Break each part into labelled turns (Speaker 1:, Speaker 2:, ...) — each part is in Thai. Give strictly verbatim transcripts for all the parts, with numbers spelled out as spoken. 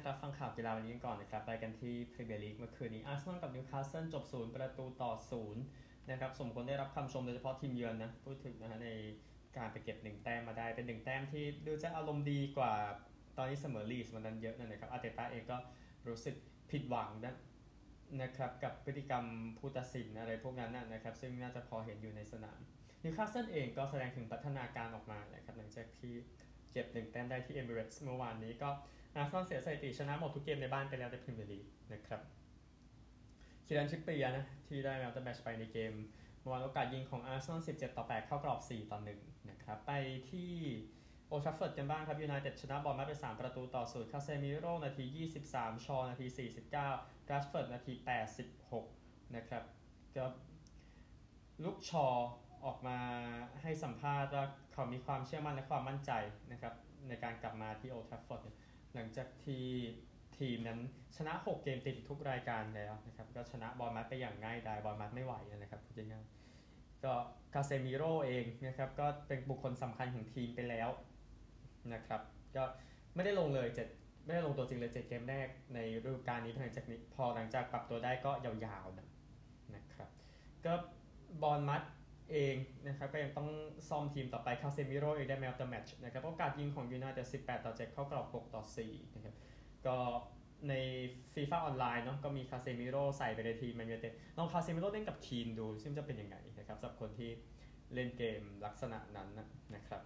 Speaker 1: นะครับฟังข่าวกีฬาวันนี้กันก่อนนะครับไปกันที่พรีเมียร์ลีกเมื่อคืนนี้อาร์เซนอลกับนิวคาสเซิลจบศูนย์ประตูต่อศูนย์นะครับสมควรได้รับคำชมโดยเฉพาะทีมเยือนนะพูดถึงนะฮะในการไปเก็บหนึ่งแต้มมาได้เป็นหนึ่งแต้มที่ดูจะอารมณ์ดีกว่าตอนนี้เสมอลีสมันนั้นเยอะนะครับอาร์เตต้าเองก็รู้สึกผิดหวังนะนะครับกับพฤติกรรมผู้ตัดสินอะไรพวกนั้นนะครับซึ่งน่าจะพอเห็นอยู่ในสนามนิวคาสเซิลเองก็แสดงถึงพัฒนาการออกมานะครับหลังจากที่เก็บหนึ่งแต้มได้ที่เอมิเรตส์เมื่อวานนี้ก็อาร์เซนอลเสียสถิติชนะหมดทุกเกมในบ้านไปแล้วในพรีเมียร์ลีกนะครับคิรันชิปเปียนะที่ได้แมตช์แมตช์ไปในเกมเมื่อวานโอกาสยิงของอาร์เซนอลสิบเจ็ดต่อแปดเข้ากรอบสี่ต่อหนึ่งนะครับไปที่โอลด์แทราฟฟอร์ดกันบ้างครับยูไนเต็ดชนะบอลมาไปสามประตูต่อศูนย์คาเซมิโร่นาทียี่สิบสามชอนาทีสี่สิบเก้ารัชฟอร์ดนาทีแปดสิบหกนะครับก็ลุกชอออกมาให้สัมภาษณ์ว่าเขามีความเชื่อมั่นและความมั่นใจนะครับในการกลับมาที่โอลด์แทราฟฟอร์ดหลังจากที่ทีมนั้นชนะหกเกมติดทุกรายการแล้วนะครับก็ชนะบอลมัดไปอย่างง่ายดายบอลมัดไม่ไหวนะครับพูดง่ายๆก็คาเซมิโร่เองนะครับก็เป็นบุคคลสำคัญของทีมไปแล้วนะครับก็ไม่ได้ลงเลยเจ็ดไม่ได้ลงตัวจริงเลยเจ็ดเกมแรกในฤดูกาลนี้หลังจากนี้พอหลังจากปรับตัวได้ก็ยาวๆนะนะครับก็บอลมัดเองนะครับก็ยังต้องซ่อมทีมต่อไปคาเซมิโร่เองได้แมตช์ต่อแมตช์นะครับโอกาสยิงของยูไนเต็ดสิบแปดต่อเจ็ดเข้ากรอบหกต่อสี่นะครับก็ใน FIFA ออนไลน์เนาะก็มีคาเซมิโร่ใส่ไปในทีมแมนยูไนเต็ดลองคาเซมิโร่เล่นกับคีนดูซึ่งจะเป็นยังไงนะครับสำหรับคนที่เล่นเกมลักษณะนั้นนะครับ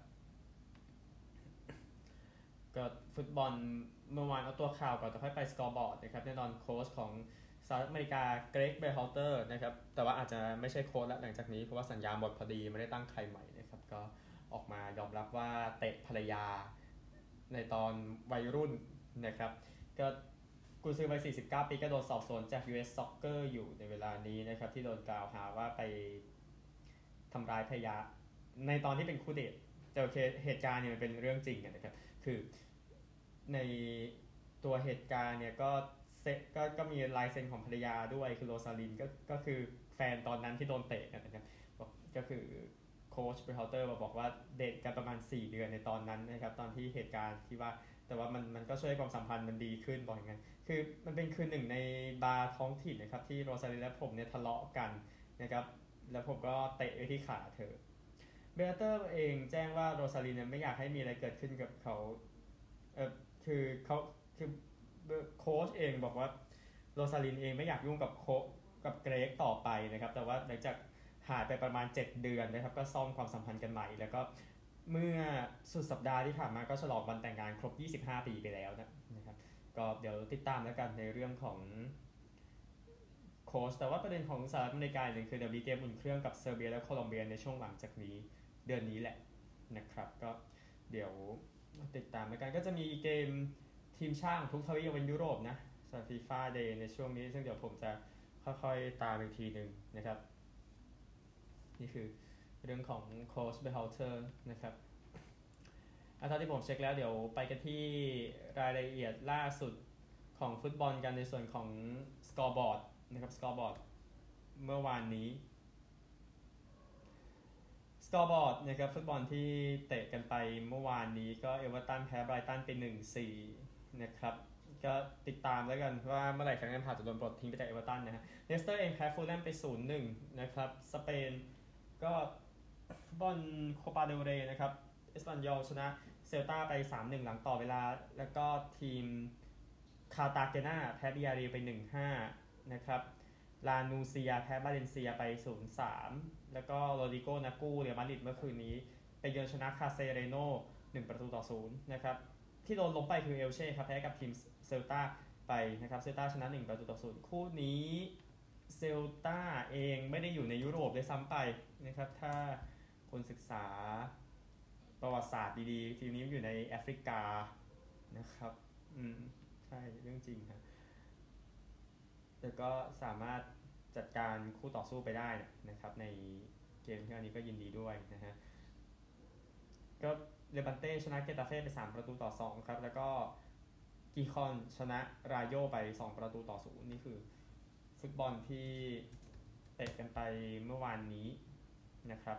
Speaker 1: ก็ฟุตบอลเมื่อวานเอาตัวข่าวก่อนจะค่อยไปสกอร์บอร์ดนะครับแน่นอนโค้ชของสหรัฐอเมริกาเกรกเบลฮอลเตอร์นะครับแต่ว่าอาจจะไม่ใช่โค้ชแล้วหลังจากนี้เพราะว่าสัญญาหมดพอดีไม่ได้ตั้งใครใหม่นะครับก็ออกมายอมรับว่าเตะภรรยาในตอนวัยรุ่นนะครับก็กุนซือวัยสี่สิบเก้าปีก็โดนสอบสวนจาก ยู เอส Soccer อยู่ในเวลานี้นะครับที่โดนกล่าวหาว่าไปทำร้ายภรรยาในตอนที่เป็นคู่เดทแต่โอเคเหตุการณ์เนี่ยมันเป็นเรื่องจริงนะครับคือในตัวเหตุการณ์เนี่ยก็เซก็ก็มีลายเซ็นของภรรยาด้วยคือโรซาลินก็ก็คือแฟนตอนนั้นที่โดนเตะนะครับก็คือโค้ชเบรเฮาเตอร์บอกว่าเดทกันประมาณสี่เดือนในตอนนั้นนะครับตอนที่เหตุการณ์ที่ว่าแต่ว่ามันมันก็ช่วยความสัมพันธ์มันดีขึ้นบอกอย่างนั้นคือมันเป็นคืนหนึ่งในบาร์ท้องถิ่นนะครับที่โรซาลินและผมเนี่ยทะเลาะกันนะครับแล้วผมก็เตะไปที่ขาเธอเบรเตอร์เองแจ้งว่าโรซาลินไม่อยากให้มีอะไรเกิดขึ้นกับเขาเออคือเขาคือโค้ชเองบอกว่าโรซาลินเองไม่อยากยุ่งกับโคกับเกรกต่อไปนะครับแต่ว่าหลังจากหายไปประมาณเจ็ดเดือนนะครับก็ซ่อมความสัมพันธ์กันใหม่แล้วก็เมื่อสุดสัปดาห์ที่ผ่านมาก็ฉลองวันแต่งงานครบยี่สิบห้าปีไปแล้วนะครับก็เดี๋ยวติดตามแล้วกันในเรื่องของโค้ชแต่ว่าประเด็นของสหรัฐอเมริกาหนึ่งคือเดี๋ยวมีเกมอุ่นเครื่องกับเซอร์เบียและโคลอมเบียในช่วงหลังจากนี้เดือนนี้แหละนะครับก็เดี๋ยวติดตามแล้วกันก็จะมีเกมทีมชาติทุกทวีปในยุโรปนะสำหรับฟีฟ่าเดย์ในช่วงนี้ซึ่งเดี๋ยวผมจะค่อยๆตามอีกทีหนึ่งนะครับนี่คือเรื่องของโค้ชเบลเฮาเตอร์นะครับอาตอนที่ผมเช็คแล้วเดี๋ยวไปกันที่รายละเอียดล่าสุดของฟุตบอลกันในส่วนของสกอร์บอร์ดนะครับสกอร์บอร์ดเมื่อวานนี้สกอร์บอร์ดนะครับฟุตบอลที่เตะกันไปเมื่อวานนี้ก็เอเวอร์ตันแพ้ไบรตันไป หนึ่งสี่ นะครับก็ติดตามแล้วกันว่าเมื่อไหร่แฟรงค์แลมพาร์ดจะโดนปลดทิ้งไปจากเอเวอร์ตันนะฮะเลสเตอร์เองแพ้ฟูลแลมไป ศูนย์หนึ่ง นะครับสเปนก็บอลโคปาเดลเรย์นะครับเอสปันยอลชนะเซลตาไป สามหนึ่ง หลังต่อเวลาแล้วก็ทีมคาตาเกนาแพ้บิอารีไป หนึ่งห้า นะครับลานูเซียแพ้บาเลนเซียไป ศูนย์สาม แล้วก็โรดิโกนากูเรอัลมาดริดเมื่อคืนนี้ไปเยือนชนะคาเซเรโนหนึ่งประตูต่อศูนย์นะครับที่โดนลงไปคือเอลเช่ครับแพ้กับทีมเซลตาไปนะครับเซลตาชนะหนึ่งประตูต่อศูนย์คู่นี้เซลตาเองไม่ได้อยู่ในยุโรปเลยซ้ำไปนะครับถ้าคนศึกษาประวัติศาสตร์ดีๆทีมนี้อยู่ในแอฟริกานะครับอืมใช่เรื่องจริงครับแต่ก็สามารถจัดการคู่ต่อสู้ไปได้นะครับในเกมที่อันนี้ก็ยินดีด้วยนะฮะก็เลบันเต้ชนะเกตาเฟ่ไปสามประตูต่อสองครับแล้วก็กีคอนชนะรายโยไปสองประตูต่อศูนย์นี่คือฟุตบอลที่เตะกันไปเมื่อวานนี้นะครับ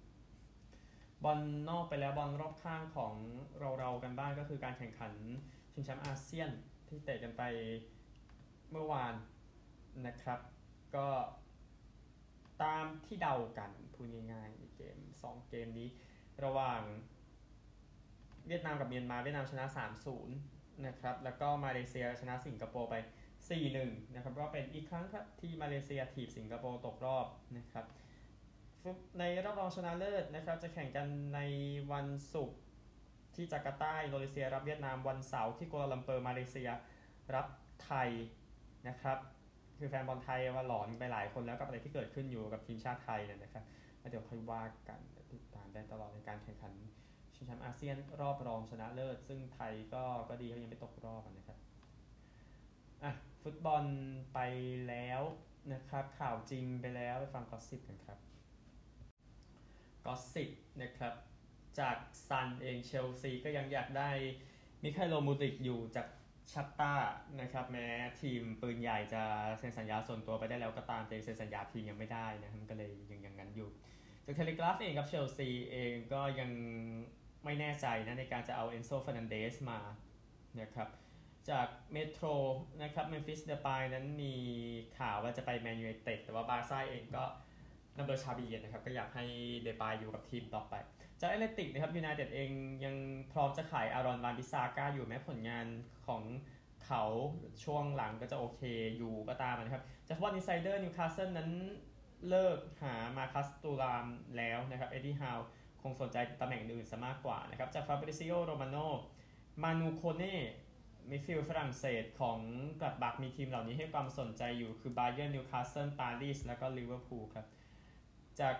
Speaker 1: บอลนอกไปแล้วบอลรอบข้างของเราๆกันบ้างก็คือการแข่งขันแชชิงแชมป์อาเซียนที่เตะกันไปเมื่อวานนะครับก็ตามที่เดากันพูดง่ายๆเกมสองเกมนี้ระหว่างเวียดนามกับเมียนมาเวียดนามชนะ สามศูนย์ นะครับแล้วก็มาเลเซียชนะสิงคโปร์ไป สี่หนึ่ง นะครับก็เป็นอีกครั้งครับที่มาเลเซียถีบสิงคโปร์ตกรอบนะครับในรอบรองชนะเลิศนะครับจะแข่งกันในวันศุกร์ที่จาการ์ตาอินโดนีเซียรับเวียดนามวันเสาร์ที่กัวลาลัมเปอร์มาเลเซียรับไทยนะครับคือแฟนบอลไทยว่าหลอนไปหลายคนแล้วกับอะไรที่เกิดขึ้นอยู่กับทีมชาติไทยเนี่ยนะครับเดี๋ยวค่อยว่ากันติดตามได้ตลอดในการแข่งขันชิงแชมป์อาเซียนรอบรองชนะเลิศซึ่งไทยก็ก็ดีเขายังไม่ตกรอบนะครับอ่ะฟุตบอลไปแล้วนะครับข่าวจริงไปแล้วไปฟังกอสซิปกันครับกอสซิปนะครับจากซันเองเชลซีก็ยังอยากได้มิคาโลมูดริกอยู่จากชัตตานะครับแม้ทีมปืนใหญ่จะเซ็นสัญญาส่วนตัวไปได้แล้วก็ตามแต่เซ็นสัญญาทีมยังไม่ได้นะมันก็เลยยังอย่างนั้นอยู่จากเทเลกราฟเองครับเชลซีเองก็ยังไม่แน่ใจนะในการจะเอาเอนโซ เฟอร์นันเดสมานะครับจากเมโทรนะครับเมมฟิสเดปายนั้นมีข่าวว่าจะไปแมนยูไนเต็ดแต่ว่าบาร์ซ่าเองก็นำโดยชาบีเยนนะครับก็อยากให้เดปายอยู่กับทีมต่อไปจากแอตเลติกนะครับยูไนเต็ดเองยังพร้อมจะขายอารอนวานบิซาก้าอยู่แม้ผลงานของเขาช่วงหลังก็จะโอเคอยู่ก็ตามนะครับจากฟุตบอลอินไซเดอร์นิวคาสเซิลนั้นเลิกหามาคัสตูรามแล้วนะครับเอ็ดดี้ฮาวคงสนใจตำแหน่งอื่นซะมากกว่านะครับจากฟาบริซิโอโรมาโนมานูโคเน่มิดฟิลด์ฝรั่งเศสของกลัดบักมีทีมเหล่านี้ให้ความสนใจอยู่คือบาเยิร์นนิวคาสเซิลปารีสแล้วก็ลิเวอร์พูลครับจาก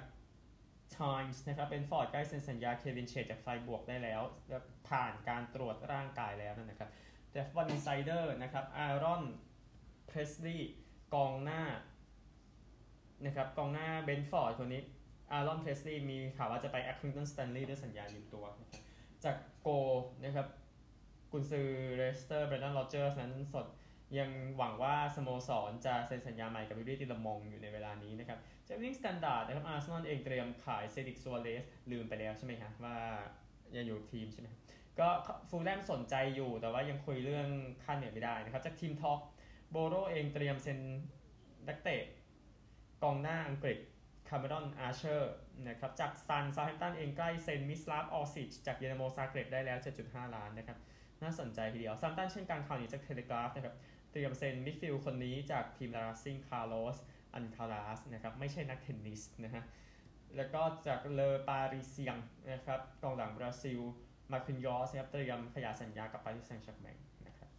Speaker 1: Times นะครับเป็นฟอร์ดใกล้เซ็นสัญญาเควินเชดจากไฟบวกได้แล้วผ่านการตรวจร่างกายแล้วนะครับแต่ฟุตบอลอินไซเดอร์นะครับอารอนเพรสลีย์กองหน้านะครับกองหน้าเบนฟอร์ดคนนี้อารอนเพรสลีย์มีข่าวว่าจะไปแอคคิงตันสแตนลีย์ด้วยสัญญายืมตัวนะครับจากโกนะครับกุนซือเรสเตอร์แบรนดอนโรเจอร์สนั้นสดยังหวังว่าสโมสรจะเซ็นสัญญาใหม่กับวิลลี่ติลมงอยู่ในเวลานี้นะครับจากวิ่งสแตนดาร์ดนะครับอาร์เซนอลเองเตรียมขายเซดิกซัวเรสลืมไปแล้วใช่ไหมฮะว่ายังอยู่ทีมใช่ไหมก็ฟูลแลมสนใจอยู่แต่ว่ายังคุยเรื่องค่าเหนื่อยไม่ได้นะครับจากทีมท็อปโบโรเองเตรียมเซ็นนักเตะกองหน้าอังกฤษคาร์เมรอนอาร์เชอร์นะครับจากซันซาแฮมป์ตันเองใกล้เซ็นมิสลาฟออซิชจากเยนาโมซาเกร็บได้แล้ว เจ็ดจุดห้า ล้านนะครับน่าสนใจทีเดียวซัมตันเช่นการข่าวนี้จากเทเลกราฟนะครับเตรียมเซ็นมิดฟิลด์คนนี้จากทีมลาราซิงคาร์โลสอันคาราสนะครับไม่ใช่นักเทนนิสนะฮะแล้วก็จากเลอปาริเซียงนะครับกองหลังบราซิลมาคินยอสครับเตรียมขยายสัญญากับปารีสแซงต์แชร์แมงนะครับ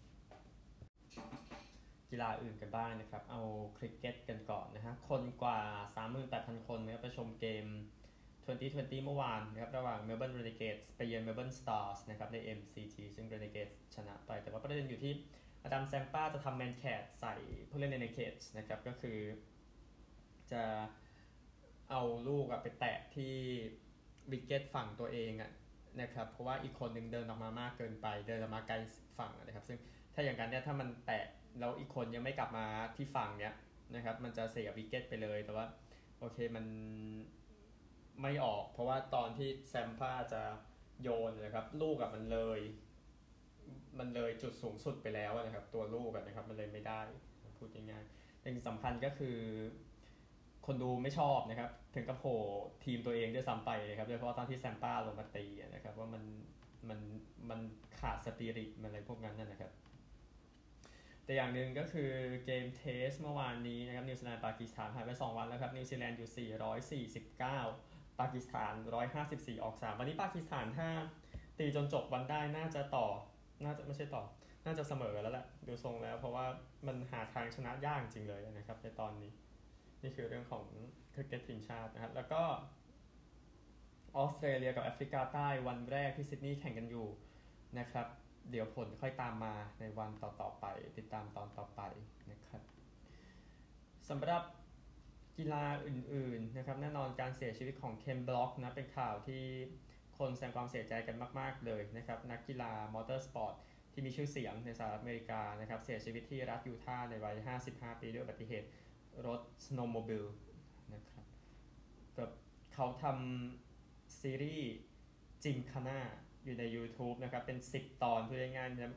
Speaker 1: กีฬาอื่นกันบ้างนะครับเอาคริกเก็ตกันก่อนนะฮะคนกว่า สามหมื่นแปดพัน คนนะครับไปชมเกมยี่สิบยี่สิบเมื่อวานนะครับระหว่างเมลเบิร์นเรเนเกตส์ไปเยือนเมลเบิร์นสตาร์สนะครับใน เอ็ม ซี ที ซึ่งเรเนเกตส์ชนะไปแต่ว่าประเด็นอยู่ที่อดัมแซมป้าจะทำแมนแคทใส่ผู้เล่นเรเนเกตส์นะครับก็คือจะเอาลูกไปแตะที่วิกเก็ตฝั่งตัวเองอะนะครับเพราะว่าอีกคนนึงเดินออกมามากเกินไปเดินออกมาไกลฝั่งนะครับซึ่งถ้าอย่างนั้นเนี่ยถ้ามันแตะแล้วอีกคนยังไม่กลับมาที่ฝั่งเนี้ยนะครับมันจะเสียวิกเก็ตไปเลยแต่ว่าโอเคมันไม่ออกเพราะว่าตอนที่แซมป้าจะโยนนะครับลูกอะมันเลยมันเลยจุดสูงสุดไปแล้วนะครับตัวลูกนะครับมันเลยไม่ได้พูดง่ายๆสิ่งสำคัญก็คือคนดูไม่ชอบนะครับถึงกับโผล่ทีมตัวเองด้วยซ้ำไปนะครับโดยเฉพาะตอนที่แซมป้าลงมาตีนะครับว่ามันมันมันขาดสปิริตมันอะไรพวกนั้นนะครับแต่อย่างหนึ่งก็คือเกมเทสเมื่อวานนี้นะครับนิวซีแลนด์ปากีสถานผ่านไปสองวันแล้วครับนิวซีแลนด์อยู่สี่ร้อยสี่สิบเก้าปากีสถานหนึ่งร้อยห้าสิบสี่ออกสามวันนี้ปากีสถานถ้าตีจนจบวันได้น่าจะต่อน่าจะไม่ใช่ต่อน่าจะเสมอแล้วแหละดูทรงแล้วเพราะว่ามันหาทางชนะยากจริงเลยนะครับในตอนนี้นี่คือเรื่องของคริกเก็ตทีมชาตินะครับแล้วก็ออสเตรเลียกับแอฟริกาใต้วันแรกที่ซิดนีย์แข่งกันอยู่นะครับเดี๋ยวผลค่อยตามมาในวันต่อๆไปติดตามตอนต่อไปนะครับสำหรับกีฬาอื่นๆนะครับแน่นอนการเสียชีวิตของเคนบล็อกนะเป็นข่าวที่คนแสดงความเสียใจกันมากๆเลยนะครับนักกีฬามอเตอร์สปอร์ตที่มีชื่อเสียงในสหรัฐอเมริกานะครับเสียชีวิตที่รัฐยูทาห์ในวัยห้าสิบห้าปีด้วยอุบัติเหตุรถสโนว์โมบิลนะครับกับเขาทำซีรีส์จิมคาน่าอยู่ใน YouTube นะครับเป็นสิบตอนพูดง่ายๆแล้วก็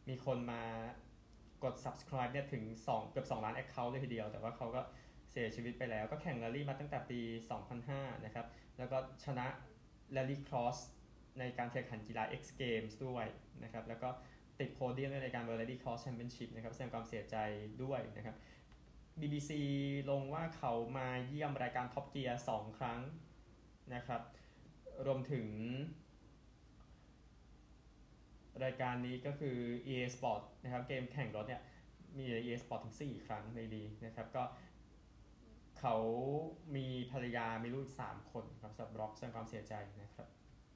Speaker 1: มีคนมากด ซับสไครบ์ เนี่ยถึงสองเกือบสองล้าน แอคเคาท์ เลยทีเดียวแต่ว่าเขาก็เสียชีวิตไปแล้วก็แข่งแรลลี่มาตั้งแต่ปีสองพันห้านะครับแล้วก็ชนะ Rally Cross ในการแข่งขันกีฬา X Games ด้วยนะครับแล้วก็ติดโพเดียมในรายการ World Rally Cross Championship นะครับแสดงความเสียใจด้วยนะครับ บี บี ซี ลงว่าเขามาเยี่ยมรายการ Top Gear สองครั้งนะครับรวมถึงรายการนี้ก็คือ อี เอ Sport นะครับเกมแข่งรถเนี่ยมี อี เอ Sport ถึงสี่ครั้งในดีนะครับก็เขามีภรรยามีลูกสามคนครับสำหรับบล็อกแสดงความเสียใจนะครับ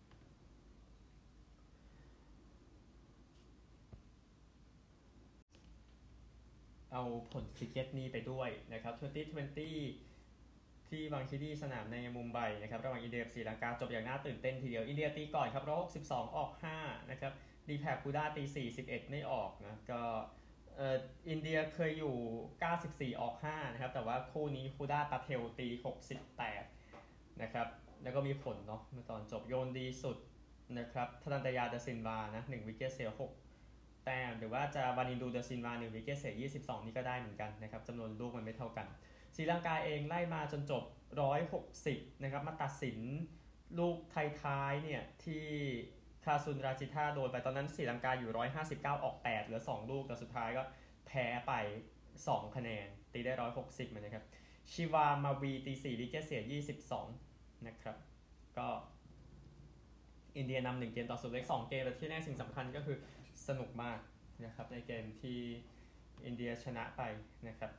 Speaker 1: เอาผลคริกเก็ตนี้ไปด้วยนะครับยี่สิบยี่สิบที่บางคิดีสนามในมุมไบนะครับระหว่างอินเดียกับศรีลังกาจบอย่างน่าตื่นเต้นทีเดียวอินเดียตีก่อนครับหนึ่งร้อยหกสิบสองออกห้านะครับดีแพคพูด้าตีสี่สิบเอ็ดไม่ออกนะก็เอ่ออินเดียเคยอยู่เก้าสิบสี่ออกห้านะครับแต่ว่าคู่นี้พูด้าปาเทลตีหกสิบแปดนะครับแล้วก็มีผลเนาะตอนจบโยนดีสุดนะครับทนันตยาเดซินวานะหนึ่งวิกเก็ตเสียหกแต้มหรือว่าจะวานินดูเดซินวาหนึ่งวิกเก็ตเสียยี่สิบสองนี่ก็ได้เหมือนกันนะครับจำนวนลูกมันไม่เท่ากันศรีลังกาเองไล่มาจนจบหนึ่งร้อยหกสิบนะครับมาตัดสินลูกท้ายๆเนี่ยที่คาซุนราจิธาโดนไปตอนนั้นศรีลังกาอยู่หนึ่งร้อยห้าสิบเก้าออกแปดเหลือสองลูกแต่สุดท้ายก็แพ้ไปสองคะแนนตีได้หนึ่งร้อยหกสิบเหมือนกันครับชิวามาวีตีสี่วิกเก็ตเสียยี่สิบสองนะครับก็อินเดียนำหนึ่งเกมต่อศูนย์เลขสองเกมแต่ที่แน่สิ่งสำคัญก็คือสนุกมากนะครับในเกมที่อินเดียชนะไปนะครับ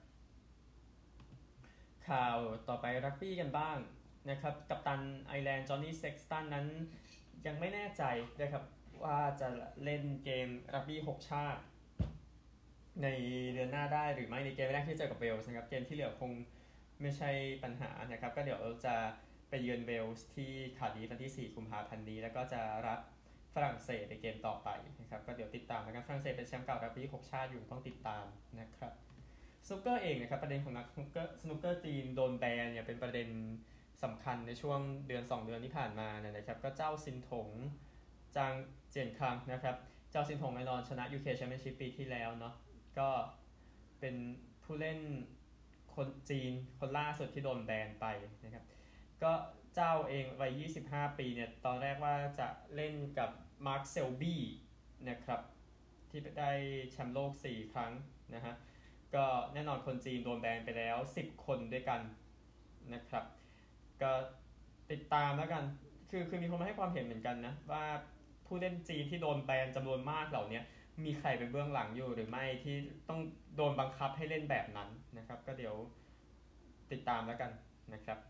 Speaker 1: ข่าวต่อไปรักบี้กันบ้างนะครับกัปตันไอร์แลนด์จอห์นนี่เซ็กสตันนั้นยังไม่แน่ใจนะครับว่าจะเล่นเกมรักบี้หกชาติในเดือนหน้าได้หรือไม่ในเกมแรกที่เจอกับเวลส์นะครับเกมที่เหลือคงไม่ใช่ปัญหานะครับก็เดี๋ยวจะไปเยือนเวลส์ที่คาร์ดิฟวันที่สี่กุมภาพันธ์นี้แล้วก็จะรับฝรั่งเศสในเกมต่อไปนะครับก็เดี๋ยวติดตามแล้วกันฝรั่งเศสเป็นแชมป์เก่ารักบี้หกชาติอยู่ต้องติดตามนะครับสนุกเกอร์เองนะครับประเด็นของนักสนุกเกอร์สนุกเกอร์จีนโดนแบนเนี่ยเป็นประเด็นสำคัญในช่วงเดือนสองเดือนที่ผ่านมานะครับก็เจ้าซินถงจางเจียนคังนะครับเจ้าซินถงแน่นอนชนะ ยู เค Championship ปีที่แล้วเนาะก็เป็นผู้เล่นคนจีนคนล่าสุดที่โดนแบนไปนะครับก็เจ้าเองวัยยี่สิบห้าปีเนี่ยตอนแรกว่าจะเล่นกับมาร์คเซลบี้นะครับที่ได้แชมป์โลกสี่ครั้งนะฮะก็แน่นอนคนจีนโดนแบนไปแล้วสิบคนด้วยกันนะครับก็ติดตามแล้วกันคือคือมีคนมาให้ความเห็นเหมือนกันนะว่าผู้เล่นจีนที่โดนแบนจำนวนมากเหล่านี้มีใครเป็นเบื้องหลังอยู่หรือไม่ที่ต้องโดนบังคับให้เล่นแบบนั้นนะครับก็เดี๋ยวติดตามแล้วกันนะครับ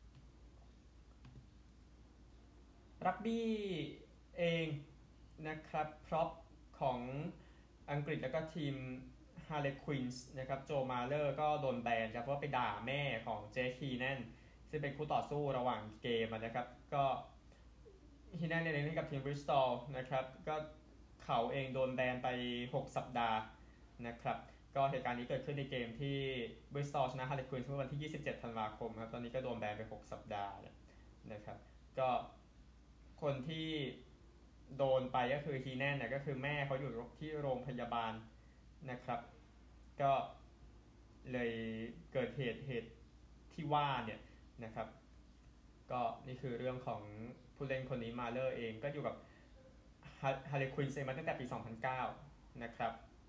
Speaker 1: รักบี้เองนะครับพร็อพของอังกฤษแล้วก็ทีม Harlequins นะครับโจมาเลอร์ก็โดนแบนครับเพราะว่าไปด่าแม่ของเจคคีแนนซึ่งเป็นคู่ต่อสู้ระหว่างเกมนะครับก็ฮีแนนเล่นให้กับทีมบริสตอลนะครับก็เขาเองโดนแบนไปหกสัปดาห์นะครับก็เหตุการณ์นี้เกิดขึ้นในเกมที่บริสตอลชนะ Harlequins เมื่อวันที่ยี่สิบเจ็ดธันวาคมครับตอนนี้ก็โดนแบนไปหกสัปดาห์นะครับก็คนที่โดนไปก็คือฮีแนนเนี่ยก็คือแม่เขาอยู่ที่โรงพยาบาลนะครับก็เลยเกิดเหตุเหตุที่ว่าเนี่ยนะครับก็นี่คือเรื่องของผู้เล่นคนนี้มาเลอร์เองก็อยู่กับฮาร์เลควินส์มาตั้งแต่ปีสองพันเก้านะครับ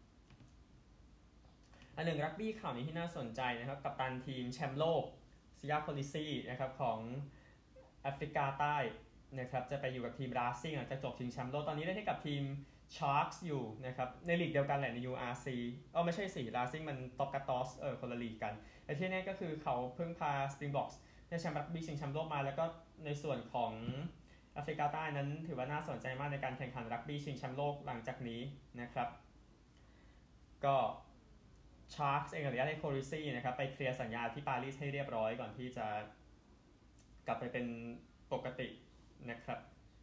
Speaker 1: อันหนึ่งรักบี้ข่าวนี้ที่น่าสนใจนะครับกัปตันทีมแชมป์โลกซิยาโคลิซี่นะครับของแอฟริกาใต้นะครับจะไปอยู่กับทีมราซิ่งหลังจากจบชิงแชมป์โลกตอนนี้เล่นให้กับทีม Sharks อยู่นะครับในลีกเดียวกันแหละใน ยู อาร์ ซี เออไม่ใช่สิราซิ่งมันท็อปกาตอสเออคนละลีกกันแต่ที่นี่ก็คือเขาเพิ่งพา Springboks ได้แชมป์รักบี้ชิงแชมป์โลกมาแล้วก็ในส่วนของแอฟริกาใต้นั้นถือว่าน่าสนใจมากในการแข่งขันรักบี้ชิงแชมป์โลกหลังจากนี้นะครับก็ Sharks เองกับยาเลโคริซี่นะครับไปเคลียร์สัญญาที่ปารีสให้เรียบร้อยก่อนที่จะกลับไปเป็นปกตินะครับ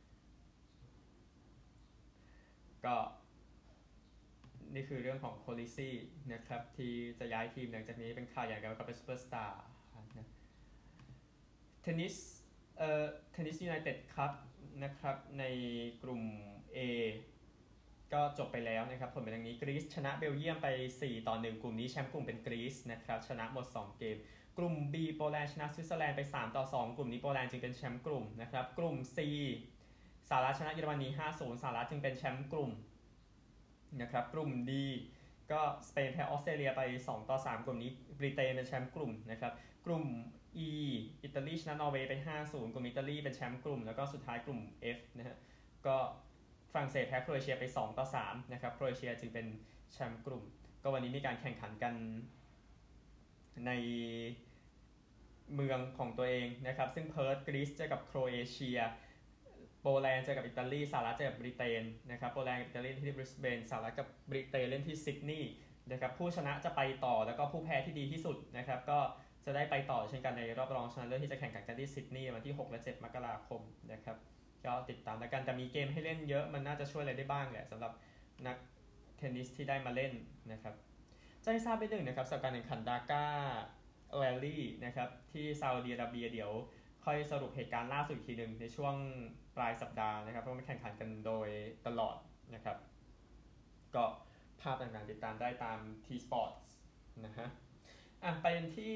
Speaker 1: ก็นี่คือเรื่องของโคลิซี่นะครับที่จะย้ายทีมหลังจากนี้เป็นข่าวใหญ่กับเป็นซูเปอร์สตาร์นะเทนนิสเอ่อเทนนิสยูไนเต็ดครับนะครับในกลุ่ม A ก็จบไปแล้วนะครับผลเป็นอย่างนี้กรีซชนะเบลเยียมไปสี่ต่อหนึ่งกลุ่มนี้แชมป์กลุ่มเป็นกรีซนะครับชนะหมดสองเกมกลุ่ม B โปแลนด์ชนะสวิตเซอร์แลนด์ไปสามต่อสองกลุ่มนี้โปแลนด์จึงเป็นแชมป์กลุ่มนะครับกลุ่ม C สหรัฐชนะเยอรมนี ห้าศูนย์ สหรัฐจึงเป็นแชมป์กลุ่มนะครับกลุ่ม D ก็สเปนแพ้ออสเตรเลียไปสองต่อสามกลุ่มนี้บริเตนเป็นแชมป์กลุ่มนะครับกลุ่ม E อิตาลีชนะนอร์เวย์ไป ห้าศูนย์ กลุ่มอิตาลีเป็นแชมป์กลุ่มแล้วก็สุดท้ายกลุ่ม F นะฮะก็ฝรั่งเศสแพ้โครเอเชียไปสองต่อสามนะครับโครเอเชียจึงเป็นแชมป์กลุ่มก็วันนี้มีการแข่งขันกันในเมืองของตัวเองนะครับซึ่งเพิร์ธกรีซเจอกับโครเอเชียโปแลนด์เจอกับอิตาลีสหรัฐเจอกับบริเตนนะครับโปแลนด์กับอิตาลีที่บริสเบนสหรัฐกับบริเตนเล่นที่ซิดนีย์นะครับผู้ชนะจะไปต่อแล้วก็ผู้แพ้ที่ดีที่สุดนะครับก็จะได้ไปต่อเช่นกันในรอบรองชนะเลิศที่จะแข่งขันกันที่ซิดนีย์วันที่หกและเจ็ดมกราคมนะครับก็ติดตามแล้วกันแต่มีเกมให้เล่นเยอะมันน่าจะช่วยอะไรได้บ้างแหละสำหรับนักเทนนิสที่ได้มาเล่นนะครับจะให้ทราบไปหนึ่งนะครับสำหรับการแข่งขันดาก้าแรลลี่นะครับที่ซาอุดิอาระเบียเดี๋ยวค่อยสรุปเหตุการณ์ล่าสุดอีกทีหนึ่งในช่วงปลายสัปดาห์นะครับเพราะมันแข่งขันกันโดยตลอดนะครับก็ภาพต่างๆติดตามได้ตาม T-Sports นะฮะอ่ะไปที่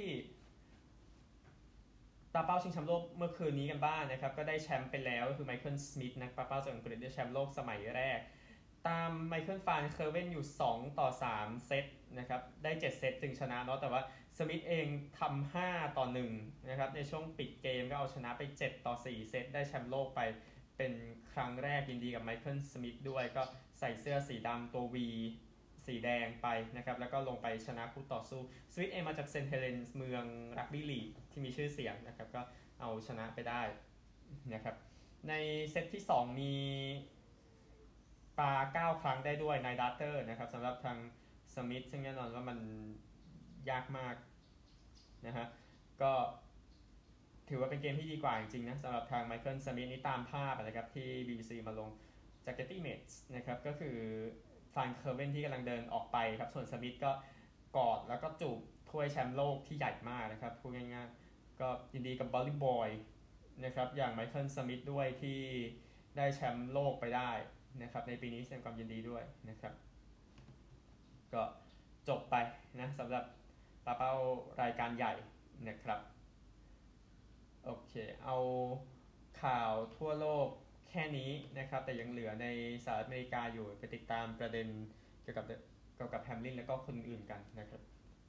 Speaker 1: ตาเป้าชิงแชมป์โลกเมื่อคืนนี้กันบ้าง นะครับก็ได้แชมป์ไปแล้วก็คือไมเคิลสมิธนักปาเป้าจากอังกฤษได้แชมป์โลกสมัยแรกตามไมเคิลฟานเคอร์เวนอยู่สองต่อสามเซตนะครับได้เจ็ดเซตจึงชนะเนาะแต่ว่าสมิธเองทำห้าต่อหนึ่งนะครับในช่วงปิดเกมก็เอาชนะไปเจ็ดต่อสี่เซตได้แชมป์โลกไปเป็นครั้งแรกยินดีกับไมเคิลสมิธด้วยก็ใส่เสื้อสีดำตัว V สีแดงไปนะครับแล้วก็ลงไปชนะคู่ต่อสู้สวิตเองมาจากเซนต์เฮเลนส์เมืองรักบี้ลีกที่มีชื่อเสียงนะครับก็เอาชนะไปได้นะครับในเซตที่สองมีปาเก้าครั้งได้ด้วยนายดัตเตอร์นะครับสำหรับทางสมิธซึ่งแน่นอนว่ามันยากมากนะฮะก็ถือว่าเป็นเกมที่ดีกว่าจริงๆนะสำหรับทางไมเคิลสมิธนี่ตามภาพนะครับที่ บี บี ซี มาลงจากเกตตี้เมทส์นะครับก็คือฟานเคอร์เวนที่กำลังเดินออกไปครับส่วนสมิธก็กอดแล้วก็จูบถ้วยแชมป์โลกที่ใหญ่มากนะครับพูดง่ายๆก็ยินดีกับบอลลี่บอยนะครับอย่างไมเคิลสมิธด้วยที่ได้แชมป์โลกไปได้นะครับในปีนี้แสดงความยินดีด้วยนะครับก็จบไปนะสำหรับปาเป้ารายการใหญ่นะครับโอเคเอาข่าวทั่วโลกแค่นี้นะครับแต่ยังเหลือในสหรัฐอเมริกาอยู่ไปติดตามประเด็นเกี่ยวกับเกี่ยวกับแฮมลินแล้วก็คนอื่นกันนะครับ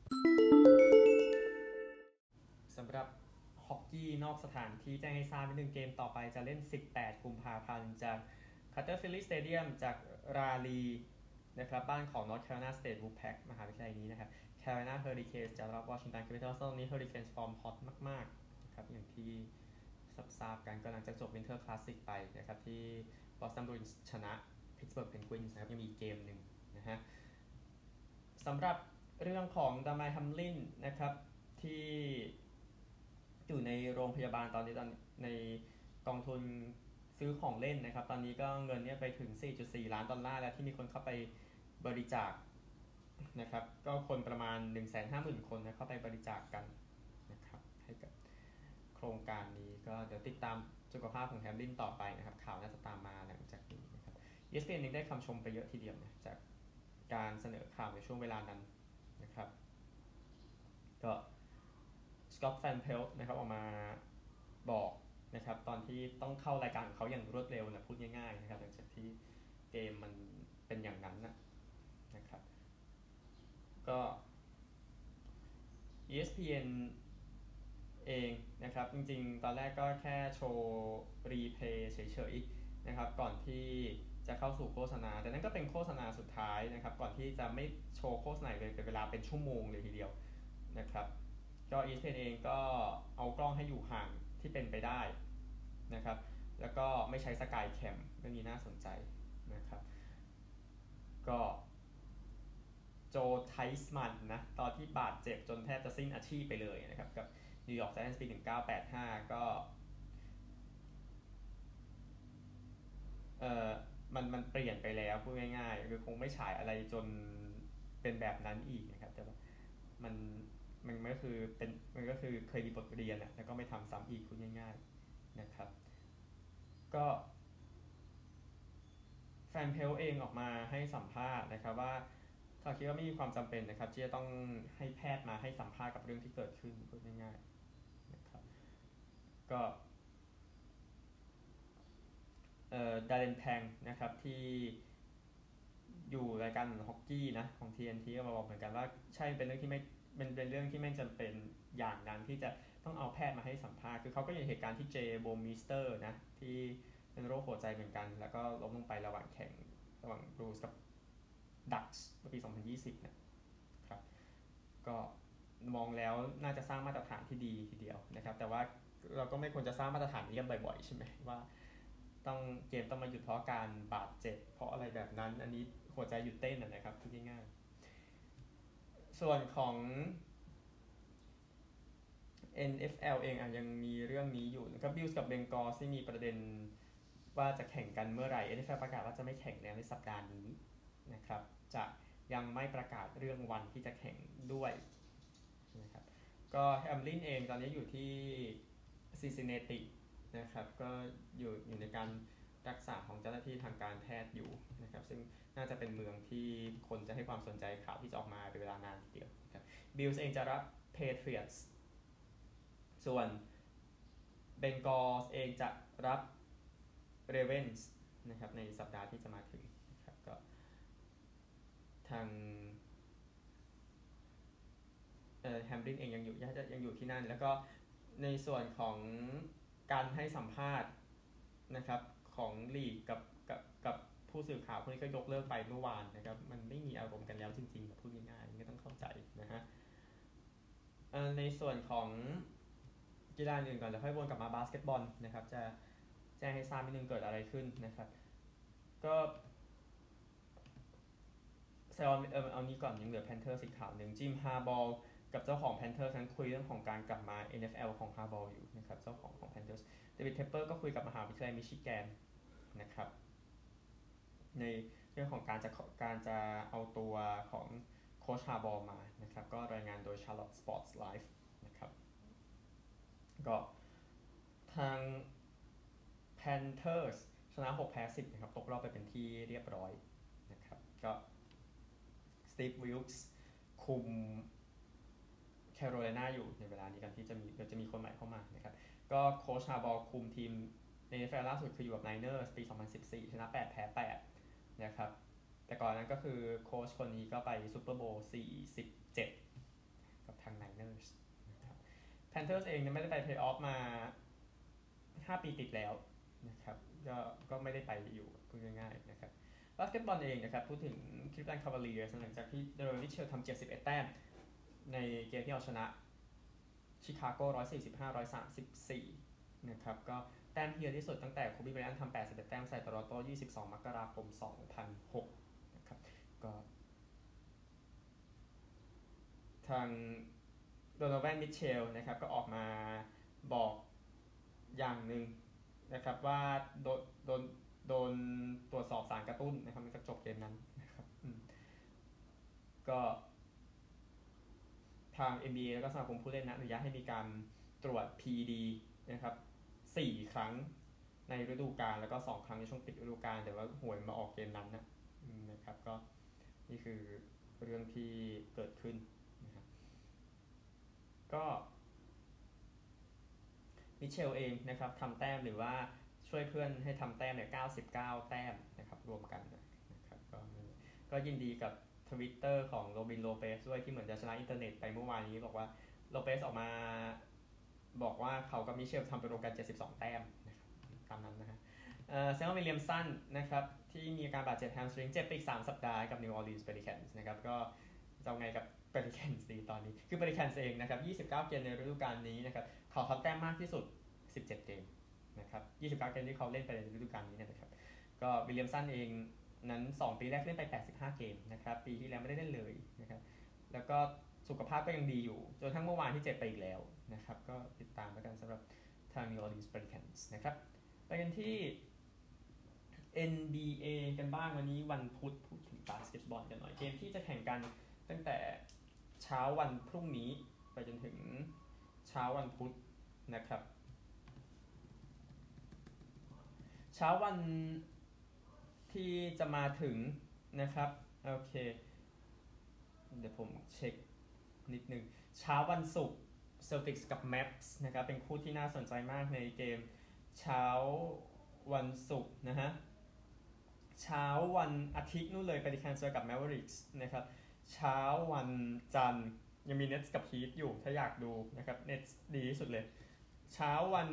Speaker 1: สำหรับฮอกกี้นอกสถานที่แจ้งให้ทราบนิดนึงเกมต่อไปจะเล่นสิบแปดกุมภาพันธ์จากคัตเตอร์ฟิลลี่สเตเดียมจากราลีนะครับบ้านของ North Carolina State Wolfpack มหาวิทยาลัยนี้นะครับ Carolina Hurricanes จะรับวอชิงตันแคปิตอลส์ตอนนี้ Hurricanes ฟอร์มฮอตมากๆนะครับอย่างที่ทราบกันก็หลังจากจบ Winter Classic ไปนะครับที่ Boston Bruins ชนะ Pittsburgh Penguins นะครับยังมีเกมหนึ่งนะฮะสำหรับเรื่องของดามายฮัมลินนะครับที่อยู่ในโรงพยาบาลตอนนี้ตอนในกองทุนซื้อของเล่นนะครับตอนนี้ก็เงินเนี่ยไปถึง สี่จุดสี่ ล้านดอลลาร์แล้วที่มีคนเข้าไปบริจาคนะครับก็คนประมาณ หนึ่งแสนห้าหมื่น คนนะเข้าไปบริจาคกันนะครับให้กับโครงการนี้ก็เดี๋ยวติดตามสุขภาพของแฮมลินต่อไปนะครับข่าวน่าจะตามมาหลังจากนี้นะครับ อี เอส พี เอ็น นึงได้คำชมไปเยอะทีเดียวนะจากการเสนอข่าวในช่วงเวลานั้นนะครับก็สกอตต์แฟนเพลนะครับออกมาบอกนะครับตอนที่ต้องเข้ารายการของเขาอย่างรวดเร็วนะพูดง่ายๆนะครับหลังจากที่เกมมันเป็นอย่างนั้นนะนะครับก็ อี เอส พี เอ็น เองนะครับจริงๆตอนแรกก็แค่โชว์รีเพลย์เฉยๆนะครับก่อนที่จะเข้าสู่โฆษณาแต่นั่นก็เป็นโฆษณาสุดท้ายนะครับก่อนที่จะไม่โชว์โฆษณาเลยเป็นเวลาเป็นชั่วโมงเลยทีเดียวนะครับก็ อี เอส พี เอ็น เองก็เอากล้องให้อยู่ห่างที่เป็นไปได้นะครับแล้วก็ไม่ใช้สกายแคมเรื่องนี้น่าสนใจนะครับก็โจไทส์มันนะตอนที่บาดเจ็บจนแทบจะสิ้นอาชีพไปเลยนะครับกับนิวยอร์กไจแอนท์ปีหนึ่งพันเก้าร้อยแปดสิบห้าก็เออมันมันเปลี่ยนไปแล้วพูดง่ายๆคือคงไม่ฉายอะไรจนเป็นแบบนั้นอีกนะครับแต่ว่ามันมันก็คือเป็นมันก็คือเคยมีบทเรียนแล้วก็ไม่ทำซ้ำอีกพูดง่ายๆนะครับก็แนเพลเองออกมาให้สัมภาษณ์นะครับว่าเขาคิดว่าไม่มีความจำเป็นนะครับที่จะต้องให้แพทย์มาให้สัมภาษณ์กับเรื่องที่เกิดขึ้นพูดง่ายๆนะครับก็เอ่อดาเรนแพงนะครับที่อยู่รายการฮอกกี้นะของ ที เอ็น ที ก็มาบอกเหมือนกันว่าใช่เป็นเรื่องที่ไม่เป็นเป็นเรื่องที่ไม่จำเป็นอย่างนั้นที่จะต้องเอาแพทย์มาให้สัมภาษณ์คือเขาก็อยู่ในเหตุการณ์ที่เจโบมิสเตอร์นะที่เป็นโรคหัวใจเหมือนกันแล้วก็ล้มลงไประหว่างแข่งระหว่างบลูส์กับดักส์เมื่อปีสองพันยี่สิบนะครับก็มองแล้วน่าจะสร้างมาตรฐานที่ดีทีเดียวนะครับแต่ว่าเราก็ไม่ควรจะสร้างมาตรฐานนี้กันบ่อยๆใช่ไหมว่าต้องเกมต้องมาหยุดเพราะการบาดเจ็บเพราะอะไรแบบนั้นอันนี้หัวใจหยุดเต้นนะครับพูดง่ายๆส่วนของ เอ็น เอฟ แอล เองยังมีเรื่องนี้อยู่นะครับบิลส์กับเบงกอลที่มีประเด็นว่าจะแข่งกันเมื่อไหร่ เอ็น เอฟ แอล ประกาศว่าจะไม่แข่งแล้วในสัปดาห์นี้นะครับจะยังไม่ประกาศเรื่องวันที่จะแข่งด้วยนะครับก็แฮมลินเองตอนนี้อยู่ที่ซินซินเนตินะครับก็อยู่อยู่ในการรักษาของเจ้าหน้าที่ทางการแพทย์อยู่นะครับซึ่งน่าจะเป็นเมืองที่คนจะให้ความสนใจข่าวที่จะออกมาเป็นเวลานานทีเดียวนะครับบิลส์เองจะรับเพเทรียตส์ส่วนเบงกอลเองจะรับเรเวนส์นะครับในสัปดาห์ที่จะมาถึงนะครับก็ทางเอ่อแฮมรินเองยังอยู่ยังอยู่ที่นั่นแล้วก็ในส่วนของการให้สัมภาษณ์นะครับของลีกกับกับกับผู้สื่อข่าวพวกนี้ก็ยกเลิกไปเมื่อวานนะครับมันไม่มีอารมณ์กันแล้วจริงๆพูดง่ายๆไม่ต้องเข้าใจนะฮะในส่วนของกีฬาอื่นก่อนแล้วค่อยวนกลับมาบาสเกตบอลนะครับจะแจ้งให้ทราบนิดนึงเกิดอะไรขึ้นนะครับก็แซวเออเอานี้ก่อนยังเหลือแพนเทอร์สีขาวหนึ่งจิมฮาร์บอลกับเจ้าของแพนเทอร์นั้นคุยเรื่องของการกลับมา เอ็น เอฟ แอล ของฮาร์บอลอยู่นะครับเจ้าของของแพนเทอร์เดวิดเทปเปอร์ก็คุยกับมหาวิทยาลัยมิชิแกนนะครับในเรื่องของการจะการจะเอาตัวของโค้ชฮาร์บอลมานะครับก็รายงานโดย Charlotte Sports Live นะครับก็ทาง Panthers ชนะหกแพ้สิบนะครับตกรอบไปเป็นที่เรียบร้อยนะครับก็สตีฟวิลส์คุมแคโรไลนาอยู่ในเวลานี้กันที่จะมีจะมีคนใหม่เข้ามานะครับก็โค้ชฮาร์บอลคุมทีมใน เอ็น เอฟ แอล ล่าสุดคืออยู่กับไนเนอร์สปีสองพันสิบสี่ชนะแปดแพ้แปดนะครับแต่ก่อนนั้นก็คือโค้ชคนนี้ก็ไปซูเปอร์โบว์สี่สิบเจ็ดกับทางไนเนอร์สนะครับแพนเทอร์สเองไม่ได้ไปเพลย์ออฟมาห้าปีติดแล้วนะครับก็ก็ไม่ได้ไปอยู่พูดง่ายๆนะครับบาสเกตบอลเองนะครับพูดถึงคลิฟแลนด์คาวาเลียร์หลังจากที่เดโรนิเชลทำเจ็ดสิบเอ็ดแต้มในเกมที่เอาชนะชิคาโก้หนึ่งร้อยสี่สิบห้า หนึ่งร้อยสามสิบสี่นะครับก็แต้มที่เยอะที่สุดตั้งแต่โคบีไบรอันทำแปดสิบเอ็ดแต้มใส่โตรอนโตยี่สิบสองมกราคมสองพันหกนะครับก็ทางโดโนแวนมิเชลนะครับก็ออกมาบอกอย่างหนึ่งนะครับว่าโดนโดนโดนตรวจสอบสารกระตุ้นนะครับมันก็จบเกมนั้นนะครับก็ทาง เอ็น บี เอ แล้วก็สมาคมผู้เล่นนะอนุญาตให้มีการตรวจ พี ดี นะครับสี่ครั้งในฤดูกาลแล้วก็สองครั้งในช่วงปิดฤดูกาลแต่ว่าหวยมาออกเกมนั้นนะนะครับก็นี่คือเรื่องที่เกิดขึ้นนะครับก็มิเชลเองนะครับทำแต้มหรือว่าช่วยเพื่อนให้ทำแต้มเนี่ยเก้าสิบเก้าแต้มนะครับรวมกันนะครับก็ก็ยินดีกับ Twitter ของโรบินโลเปสด้วยที่เหมือนจะชนะอินเทอร์เน็ตไปเมื่อวานนี้บอกว่าโลเปสออกมาบอกว่าเขากับมิเชลทำไปรวมกันเจ็ดสิบสองแต้มนะครับตามนั้นนะฮะเอ่อเซนต์วิลเลียมสันนะครับที่มีอาการบาดเจ็บแฮมสตริงเจ็บไปอีกสามสัปดาห์กับนิวออร์ลีนส์เปลิแคนส์นะครับก็จะไงกับเปลิแคนส์ดีตอนนี้คือเปลิแคนส์เองนะครับยี่สิบเก้าเกมในฤดูกาลนี้นะครับเขาทำแต้มมากที่สุดสิบเจ็ดเกมนะครับยี่สิบเก้าเกมที่เขาเล่นไปในฤดูกาลนี้นะครับก็วิลเลียมสันเองนั้นสองปีแรกเล่นไปแปดสิบห้าเกมนะครับปีที่แล้วไม่ได้เล่นเลยนะครับแล้วก็สุขภาพก็ยังดีอยู่จนทั้งเมื่อวานที่เจ็บไปอีกแล้วนะครับก็ติดตามแล้วกันสำหรับทาง New Orleans Pelicans นะครับไปกันที่ เอ็น บี เอ กันบ้างวันนี้วันพุธพูดถึงบาสเกตบอลกันหน่อยเกมที่จะแข่งกันตั้งแต่เช้าวันพรุ่งนี้ไปจนถึงเช้าวันพุธนะครับเช้าวันที่จะมาถึงนะครับโอเคเดี๋ยวผมเช็คนิดนึงเช้าวันศุกร์ Celtics กับ Mavs นะครับเป็นคู่ที่น่าสนใจมากในเกมเช้าวันศุกร์นะฮะเช้าวันอาทิตย์นู่นเลย Pelicans เจอกับ Mavericks นะครับเช้าวันจันทร์ยังมี Nets กับ Heat อยู่ถ้าอยากดูนะครับ Nets ดีที่สุดเลยเช้าวัน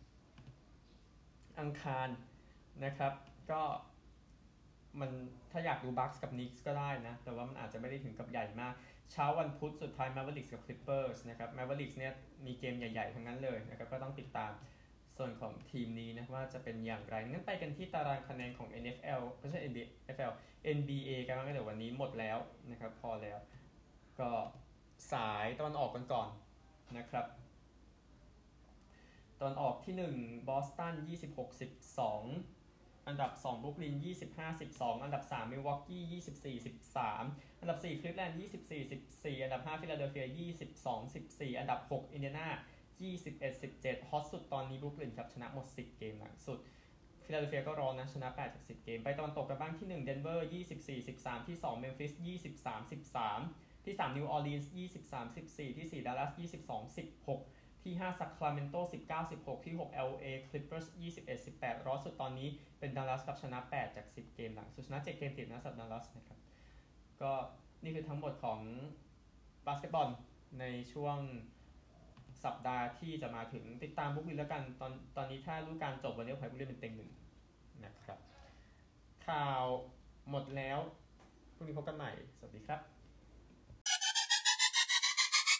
Speaker 1: อังคารนะครับก็มันถ้าอยากดู Bucks กับ Knicks ก็ได้นะแต่ว่ามันอาจจะไม่ได้ถึงกับใหญ่มากเช้าวันพุธสุดท้าย Mavericks กับ Clippers นะครับ Mavericks เนี่ยมีเกมใหญ่ๆทั้งนั้นเลยนะครับก็ต้องติดตามส่วนของทีมนี้นะว่าจะเป็นอย่างไรงั้นไปกันที่ตารางคะแนนของ เอ็น เอฟ แอล ไม่ใช่ เอ็น บี เอฟ แอล เอ็น บี เอ กันบ้างเดี๋ยววันนี้หมดแล้วนะครับพอแล้วก็สายตะวันออกกันก่อนนะครับตอนออกที่หนึ่งบอสตันยี่สิบหก สิบสองอันดับสองบรุกลินยี่สิบห้า สิบสองอันดับสามมิลวอกกี้ยี่สิบสี่ สิบสามอันดับสี่คลิฟแลนด์ยี่สิบสี่ สิบสี่อันดับห้าฟิลาเดลเฟียยี่สิบสอง สิบสี่อันดับหกอินเดียนายี่สิบเอ็ด สิบเจ็ดฮอตสุดตอนนี้บรุกลินครับชนะหมดสิบเกมหลังสุดฟิลาเดลเฟียก็รอนะชนะแปดจากสิบเกมไปตะวันตกกันบ้างที่หนึ่งเดนเวอร์ยี่สิบสี่ สิบสามที่สองเมมฟิสยี่สิบสาม สิบสามที่สามนิวออร์ลีนส์ยี่สิบสาม สิบสี่ที่สี่ดัลลัสยี่สิบสอง สิบหกที่ห้าซัคราเมนโตสิบเก้า สิบหกที่หก แอล เอ Clippers ยี่สิบเอ็ด สิบแปดรอสสุดตอนนี้เป็นดัลลัสกับชนะแปดจากสิบเกมหลังสุดชนะเจ็ดเกมติดนะสัปดัลลัสนะครับก็นี่คือทั้งหมดของบาสเกตบอลในช่วงสัปดาห์ที่จะมาถึงติดตามบุกลินแล้วกันตอนตอนนี้ถ้ารู้การจบวันนี้ผมให้บุกลินเป็นเต็งหนึ่งนะครับข่าวหมดแล้วพรุ่งนี้พบกันใหม่สวัสดีครับ